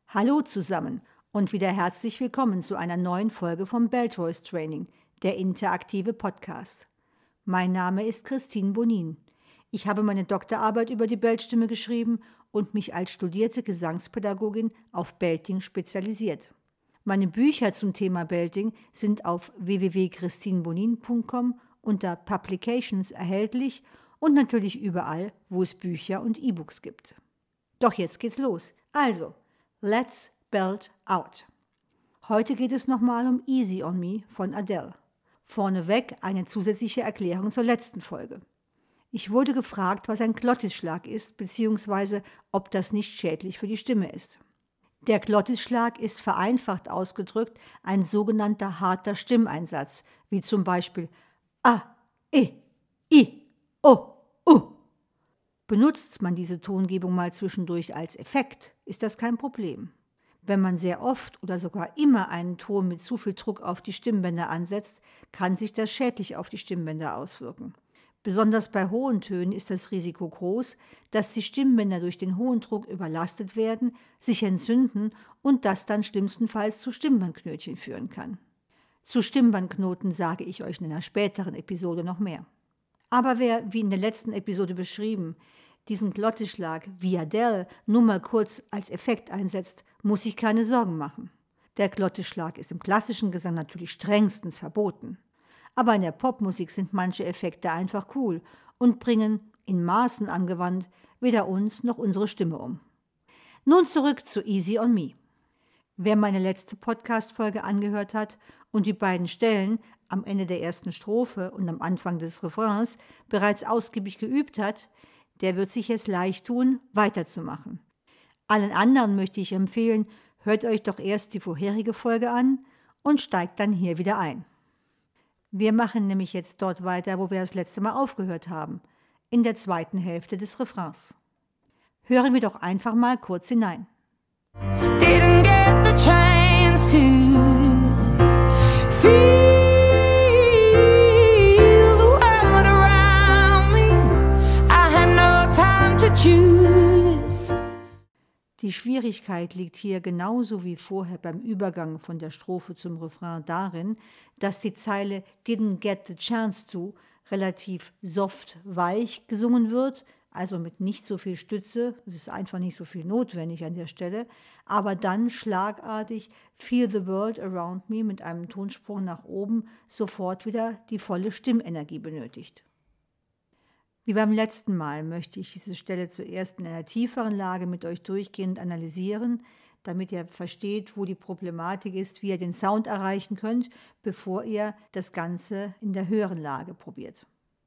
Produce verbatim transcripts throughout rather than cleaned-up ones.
Hallo zusammen und wieder herzlich willkommen zu einer neuen Folge vom Belt-Voice Training, der interaktive Podcast. Mein Name ist Christine Bonin. Ich habe meine Doktorarbeit über die Beltstimme geschrieben und mich als studierte Gesangspädagogin auf Belting spezialisiert. Meine Bücher zum Thema Belting sind auf w w w punkt christine bonin punkt com unter Publications erhältlich und natürlich überall, wo es Bücher und E-Books gibt. Doch jetzt geht's los. Also, let's belt out. Heute geht es nochmal um Easy on Me von Adele. Vorneweg eine zusätzliche Erklärung zur letzten Folge. Ich wurde gefragt, was ein Glottisschlag ist, beziehungsweise ob das nicht schädlich für die Stimme ist. Der Glottisschlag ist vereinfacht ausgedrückt ein sogenannter harter Stimmeinsatz, wie zum Beispiel A, E, I, O, U. Benutzt man diese Tongebung mal zwischendurch als Effekt, ist das kein Problem. Wenn man sehr oft oder sogar immer einen Ton mit zu viel Druck auf die Stimmbänder ansetzt, kann sich das schädlich auf die Stimmbänder auswirken. Besonders bei hohen Tönen ist das Risiko groß, dass die Stimmbänder durch den hohen Druck überlastet werden, sich entzünden und das dann schlimmstenfalls zu Stimmbandknötchen führen kann. Zu Stimmbandknoten sage ich euch in einer späteren Episode noch mehr. Aber wer, wie in der letzten Episode beschrieben, diesen Glottisschlag wie Adele nur mal kurz als Effekt einsetzt, muss sich keine Sorgen machen. Der Glottisschlag ist im klassischen Gesang natürlich strengstens verboten. Aber in der Popmusik sind manche Effekte einfach cool und bringen, in Maßen angewandt, weder uns noch unsere Stimme um. Nun zurück zu Easy on Me. Wer meine letzte Podcast-Folge angehört hat und die beiden Stellen am Ende der ersten Strophe und am Anfang des Refrains bereits ausgiebig geübt hat, der wird sich jetzt leicht tun, weiterzumachen. Allen anderen möchte ich empfehlen, hört euch doch erst die vorherige Folge an und steigt dann hier wieder ein. Wir machen nämlich jetzt dort weiter, wo wir das letzte Mal aufgehört haben, in der zweiten Hälfte des Refrains. Hören wir doch einfach mal kurz hinein. Didn't get the chance to feel the world around me. I had no time to choose. Die Schwierigkeit liegt hier genauso wie vorher beim Übergang von der Strophe zum Refrain darin, dass die Zeile didn't get the chance to relativ soft, weich gesungen wird, also mit nicht so viel Stütze, es ist einfach nicht so viel notwendig an der Stelle, aber dann schlagartig Feel the World Around Me mit einem Tonsprung nach oben sofort wieder die volle Stimmenergie benötigt. Wie beim letzten Mal möchte ich diese Stelle zuerst in einer tieferen Lage mit euch durchgehend analysieren, damit ihr versteht, wo die Problematik ist, wie ihr den Sound erreichen könnt, bevor ihr das Ganze in der höheren Lage probiert.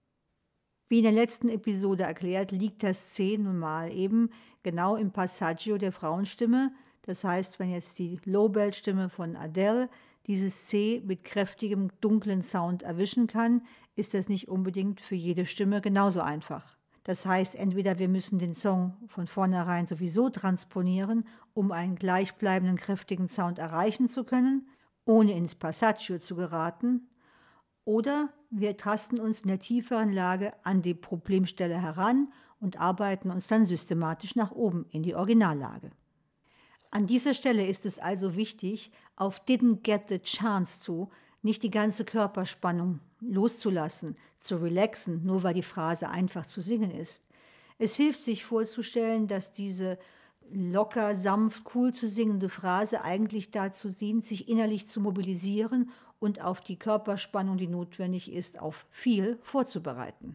Wie in der letzten Episode erklärt, liegt das C nun mal eben genau im Passaggio der Frauenstimme. Das heißt, wenn jetzt die Low-Belt-Stimme von Adele dieses C mit kräftigem, dunklen Sound erwischen kann, ist das nicht unbedingt für jede Stimme genauso einfach. Das heißt, entweder wir müssen den Song von vornherein sowieso transponieren, um einen gleichbleibenden, kräftigen Sound erreichen zu können, ohne ins Passaggio zu geraten, oder wir tasten uns in der tieferen Lage an die Problemstelle heran und arbeiten uns dann systematisch nach oben in die Originallage. An dieser Stelle ist es also wichtig, auf didn't get the chance to nicht die ganze Körperspannung loszulassen, zu relaxen, nur weil die Phrase einfach zu singen ist. Es hilft sich vorzustellen, dass diese locker, sanft, cool zu singende Phrase eigentlich dazu dient, sich innerlich zu mobilisieren und auf die Körperspannung, die notwendig ist, auf viel vorzubereiten.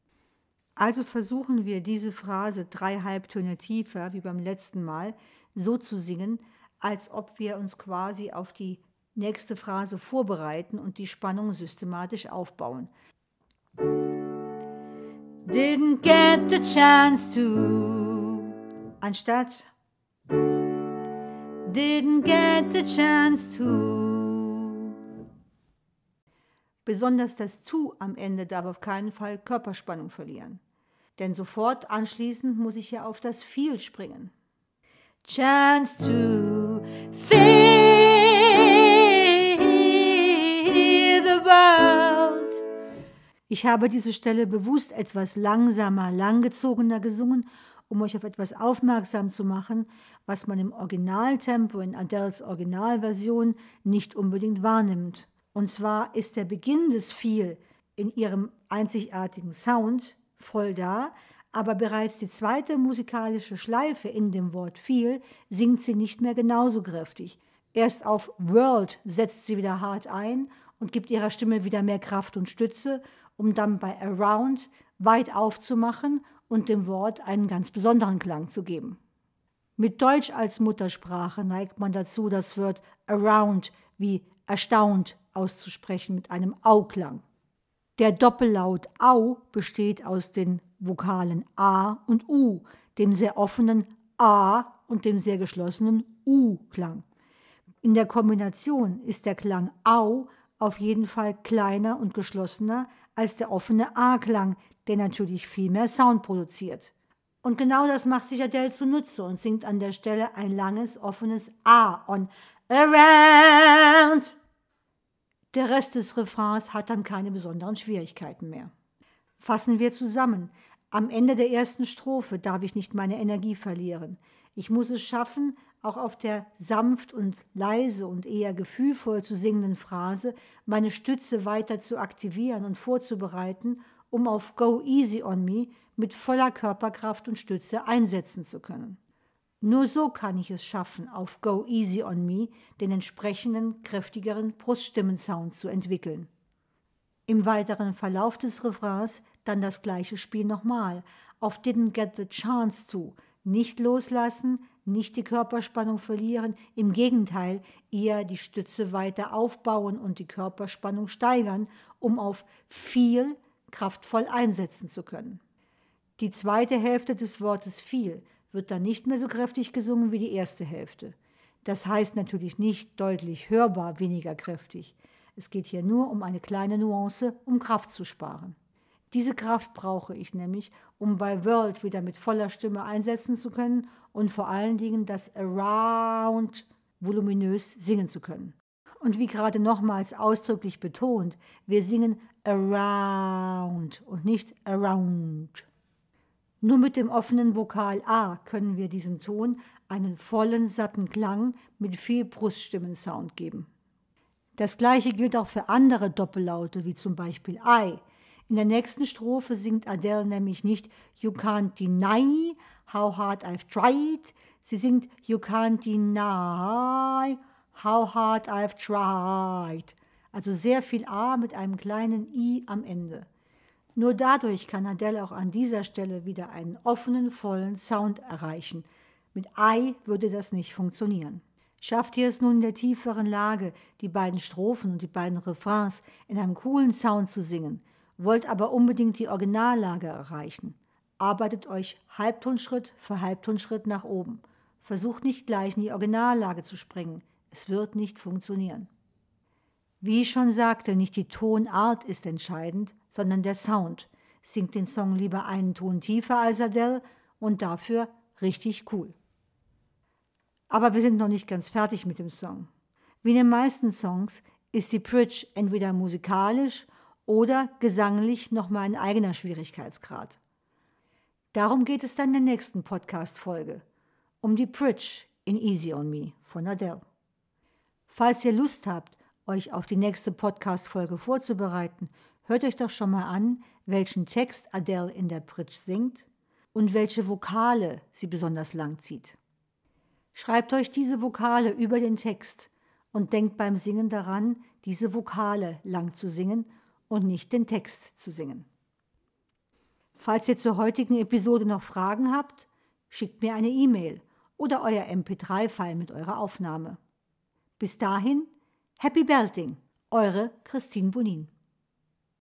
Also versuchen wir diese Phrase drei Halbtöne tiefer, wie beim letzten Mal, so zu singen, als ob wir uns quasi auf die nächste Phrase vorbereiten und die Spannung systematisch aufbauen. Didn't get the chance to, anstatt didn't get the chance to. Besonders das to am Ende darf auf keinen Fall Körperspannung verlieren. Denn sofort anschließend muss ich ja auf das Feel springen. Chance to feel the world. Ich habe diese Stelle bewusst etwas langsamer, langgezogener gesungen, um euch auf etwas aufmerksam zu machen, was man im Originaltempo in Adeles Originalversion nicht unbedingt wahrnimmt. Und zwar ist der Beginn des Feel in ihrem einzigartigen Sound voll da, aber bereits die zweite musikalische Schleife in dem Wort Feel singt sie nicht mehr genauso kräftig. Erst auf World setzt sie wieder hart ein und gibt ihrer Stimme wieder mehr Kraft und Stütze, um dann bei Around weit aufzumachen und dem Wort einen ganz besonderen Klang zu geben. Mit Deutsch als Muttersprache neigt man dazu, das Wort Around wie erstaunt auszusprechen mit einem Au-Klang. Der Doppellaut Au besteht aus den Vokalen A und U, dem sehr offenen A und dem sehr geschlossenen U-Klang. In der Kombination ist der Klang Au auf jeden Fall kleiner und geschlossener als der offene A-Klang, der natürlich viel mehr Sound produziert. Und genau das macht sich Adele zunutze und singt an der Stelle ein langes, offenes A on Around. Der Rest des Refrains hat dann keine besonderen Schwierigkeiten mehr. Fassen wir zusammen. Am Ende der ersten Strophe darf ich nicht meine Energie verlieren. Ich muss es schaffen, auch auf der sanft und leise und eher gefühlvoll zu singenden Phrase meine Stütze weiter zu aktivieren und vorzubereiten, um auf Go Easy on Me mit voller Körperkraft und Stütze einsetzen zu können. Nur so kann ich es schaffen, auf Go Easy on Me den entsprechenden, kräftigeren Bruststimmensound zu entwickeln. Im weiteren Verlauf des Refrains dann das gleiche Spiel nochmal, auf Didn't Get the Chance zu, nicht loslassen, nicht die Körperspannung verlieren, im Gegenteil, eher die Stütze weiter aufbauen und die Körperspannung steigern, um auf viel kraftvoll einsetzen zu können. Die zweite Hälfte des Wortes viel wird dann nicht mehr so kräftig gesungen wie die erste Hälfte. Das heißt natürlich nicht deutlich hörbar weniger kräftig. Es geht hier nur um eine kleine Nuance, um Kraft zu sparen. Diese Kraft brauche ich nämlich, um bei World wieder mit voller Stimme einsetzen zu können und vor allen Dingen das Around voluminös singen zu können. Und wie gerade nochmals ausdrücklich betont, wir singen Around und nicht Around. Nur mit dem offenen Vokal A können wir diesem Ton einen vollen, satten Klang mit viel Bruststimmensound geben. Das gleiche gilt auch für andere Doppellaute, wie zum Beispiel I. In der nächsten Strophe singt Adele nämlich nicht You can't deny how hard I've tried. Sie singt You can't deny how hard I've tried. Also sehr viel A mit einem kleinen I am Ende. Nur dadurch kann Adele auch an dieser Stelle wieder einen offenen, vollen Sound erreichen. Mit I würde das nicht funktionieren. Schafft ihr es nun in der tieferen Lage, die beiden Strophen und die beiden Refrains in einem coolen Sound zu singen, wollt aber unbedingt die Originallage erreichen. Arbeitet euch Halbtonschritt für Halbtonschritt nach oben. Versucht nicht gleich in die Originallage zu springen. Es wird nicht funktionieren. Wie ich schon sagte, nicht die Tonart ist entscheidend, sondern der Sound. Singt den Song lieber einen Ton tiefer als Adele und dafür richtig cool. Aber wir sind noch nicht ganz fertig mit dem Song. Wie in den meisten Songs ist die Bridge entweder musikalisch oder gesanglich nochmal ein eigener Schwierigkeitsgrad. Darum geht es dann in der nächsten Podcast-Folge, um die Bridge in Easy on Me von Adele. Falls ihr Lust habt, euch auf die nächste Podcast-Folge vorzubereiten, hört euch doch schon mal an, welchen Text Adele in der Bridge singt und welche Vokale sie besonders lang zieht. Schreibt euch diese Vokale über den Text und denkt beim Singen daran, diese Vokale lang zu singen und nicht den Text zu singen. Falls ihr zur heutigen Episode noch Fragen habt, schickt mir eine E-Mail oder euer M P drei File mit eurer Aufnahme. Bis dahin, Happy Belting, eure Christine Bonin.